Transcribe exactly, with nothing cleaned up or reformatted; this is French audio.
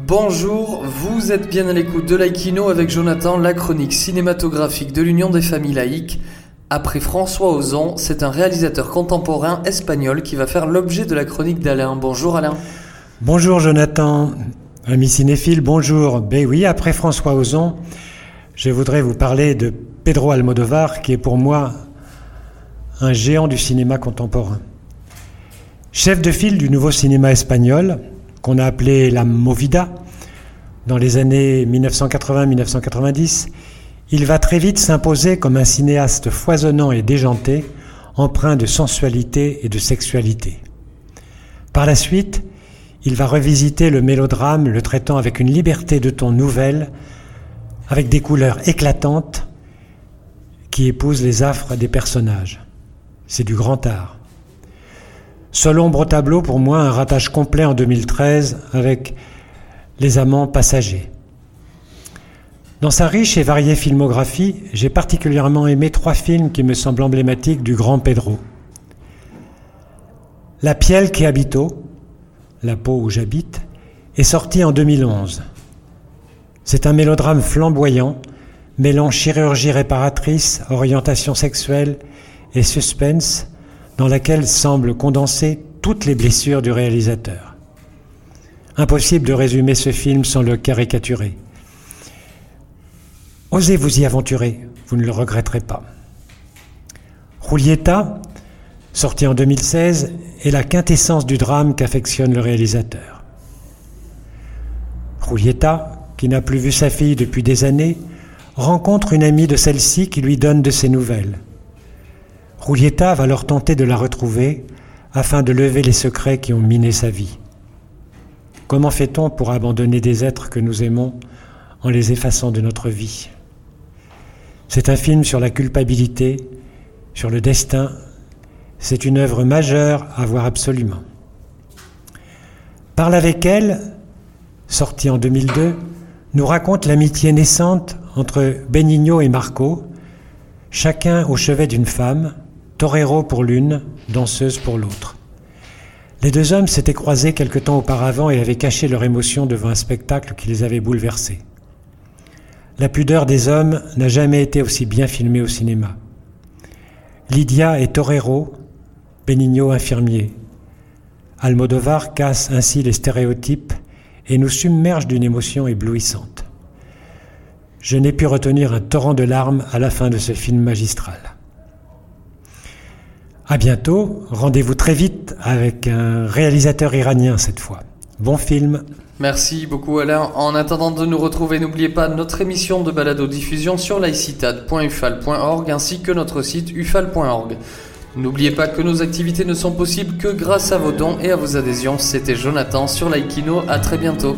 Bonjour, vous êtes bien à l'écoute de Laïkino avec Jonathan, la chronique cinématographique de l'Union des familles laïques. Après François Ozon, c'est un réalisateur contemporain espagnol qui va faire l'objet de la chronique d'Alain. Bonjour Alain. Bonjour Jonathan, ami cinéphile, bonjour. Ben oui, après François Ozon, je voudrais vous parler de Pedro Almodóvar, qui est pour moi un géant du cinéma contemporain. Chef de file du nouveau cinéma espagnol, qu'on a appelé la Movida, dans les années dix-neuf cent quatre-vingts à dix-neuf cent quatre-vingt-dix, il va très vite s'imposer comme un cinéaste foisonnant et déjanté, empreint de sensualité et de sexualité. Par la suite, il va revisiter le mélodrame, le traitant avec une liberté de ton nouvelle, avec des couleurs éclatantes qui épousent les affres des personnages. C'est du grand art. Seul ombre au tableau, pour moi, un ratage complet en deux mille treize avec Les Amants passagers. Dans sa riche et variée filmographie, j'ai particulièrement aimé trois films qui me semblent emblématiques du grand Pedro. La piel qui habito, la peau où j'habite, est sorti en deux mille onze. C'est un mélodrame flamboyant, mêlant chirurgie réparatrice, orientation sexuelle et suspense, dans laquelle semblent condenser toutes les blessures du réalisateur. Impossible de résumer ce film sans le caricaturer. Osez vous y aventurer, vous ne le regretterez pas. Julieta, sorti en deux mille seize, est la quintessence du drame qu'affectionne le réalisateur. Julieta, qui n'a plus vu sa fille depuis des années, rencontre une amie de celle-ci qui lui donne de ses nouvelles. Julieta va alors tenter de la retrouver afin de lever les secrets qui ont miné sa vie. Comment fait-on pour abandonner des êtres que nous aimons en les effaçant de notre vie ? C'est un film sur la culpabilité, sur le destin. C'est une œuvre majeure à voir absolument. Parle avec elle, sorti en deux mille deux, nous raconte l'amitié naissante entre Benigno et Marco, chacun au chevet d'une femme, torero pour l'une, danseuse pour l'autre. Les deux hommes s'étaient croisés quelque temps auparavant et avaient caché leur émotion devant un spectacle qui les avait bouleversés. La pudeur des hommes n'a jamais été aussi bien filmée au cinéma. Lydia est torero, Benigno infirmier. Almodóvar casse ainsi les stéréotypes et nous submerge d'une émotion éblouissante. Je n'ai pu retenir un torrent de larmes à la fin de ce film magistral. À bientôt, rendez-vous très vite avec un réalisateur iranien cette fois. Bon film. Merci beaucoup Alain. En attendant de nous retrouver, n'oubliez pas notre émission de balado-diffusion sur laïcitad point u f a l point org ainsi que notre site u f a l point org. N'oubliez pas que nos activités ne sont possibles que grâce à vos dons et à vos adhésions. C'était Jonathan sur Laïkino. À très bientôt.